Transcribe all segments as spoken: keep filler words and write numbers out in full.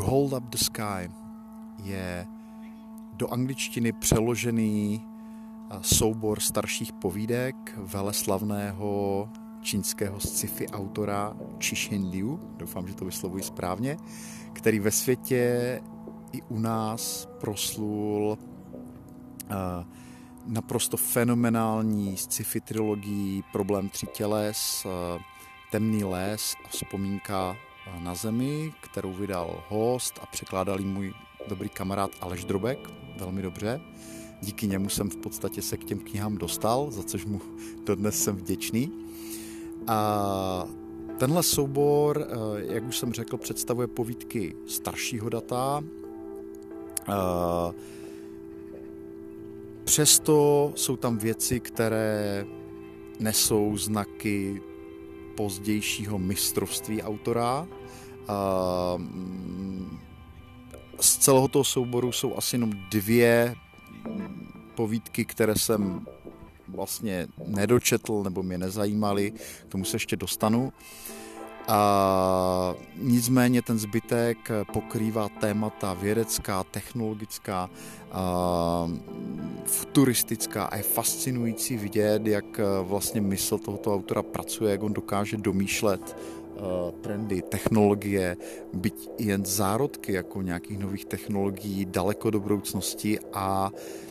To Hold Up the Sky je do angličtiny přeložený soubor starších povídek veleslavného čínského sci-fi autora Cixin Liu, doufám, že to vyslovuji správně, který ve světě i u nás proslul naprosto fenomenální sci-fi trilogií Problém tří těles, Temný les a Vzpomínka na zemi, kterou vydal host a překládal jí můj dobrý kamarád Aleš Drobek, velmi dobře. Díky němu jsem v podstatě se k těm knihám dostal, za což mu dodnes jsem vděčný. A tenhle soubor, jak už jsem řekl, představuje povídky staršího data. Přesto jsou tam věci, které nesou znaky pozdějšího mistrovství autora. Z celého toho souboru jsou asi jenom dvě povídky, které jsem vlastně nedočetl nebo mě nezajímaly, k tomu se ještě dostanu. A nicméně ten zbytek pokrývá témata vědecká, technologická, a futuristická a je fascinující vidět, jak vlastně mysl tohoto autora pracuje, jak on dokáže domýšlet trendy, technologie, byť jen zárodky jako nějakých nových technologií daleko do budoucnosti a, a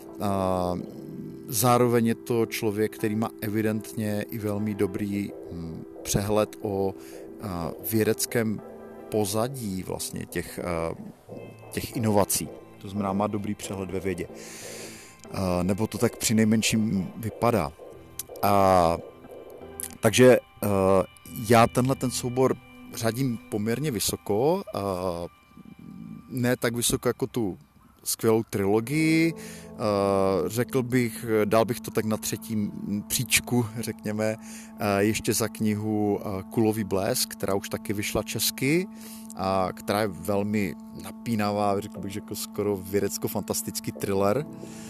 zároveň je to člověk, který má evidentně i velmi dobrý hm, přehled o a, vědeckém pozadí vlastně těch, a, těch inovací. To znamená, má dobrý přehled ve vědě. A, nebo to tak přinejmenším vypadá. A, takže a, já tenhle ten soubor řadím poměrně vysoko, a ne tak vysoko jako tu skvělou trilogii, řekl bych, dal bych to tak na třetím příčku, řekněme, ještě za knihu Kulový blesk, která už taky vyšla česky, a která je velmi napínavá, řekl bych, že jako skoro vědecko-fantastický thriller.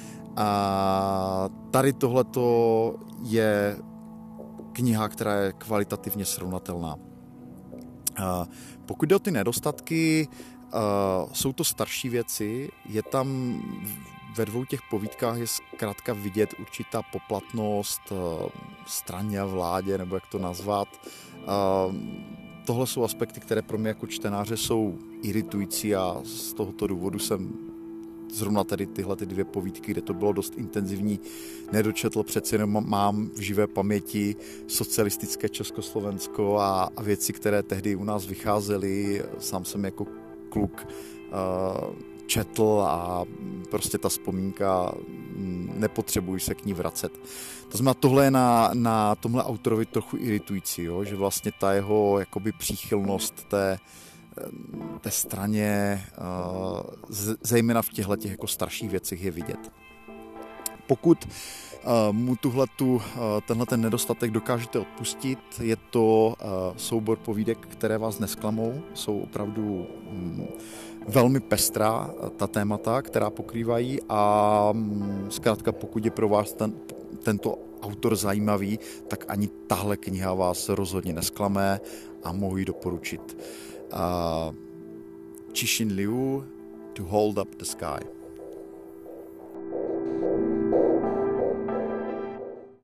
A tady tohleto je kniha, která je kvalitativně srovnatelná. Pokud jde o ty nedostatky, jsou to starší věci, je tam ve dvou těch povídkách je zkrátka vidět určitá poplatnost straně a vládě, nebo jak to nazvat. Tohle jsou aspekty, které pro mě jako čtenáře jsou iritující a z tohoto důvodu jsem zrovna tady tyhle ty dvě povídky, kde to bylo dost intenzivní, nedočetl, přeci jenom mám v živé paměti socialistické Československo a, a věci, které tehdy u nás vycházely. Sám jsem jako kluk uh, četl a prostě ta vzpomínka, nepotřebuji se k ní vracet. To znamená, tohle je na, na tomhle autorovi trochu iritující, jo? Že vlastně ta jeho jakoby příchylnost té té straně, zejména v těchto těch jako starších věcech je vidět. Pokud mu tuhletu, tenhle ten nedostatek dokážete odpustit, je to soubor povídek, které vás nesklamou, jsou opravdu velmi pestrá ta témata, která pokrývají a zkrátka pokud je pro vás ten, tento autor zajímavý, tak ani tahle kniha vás rozhodně nesklame a mohu ji doporučit. Uh, Cixin Liu, To Hold Up the Sky.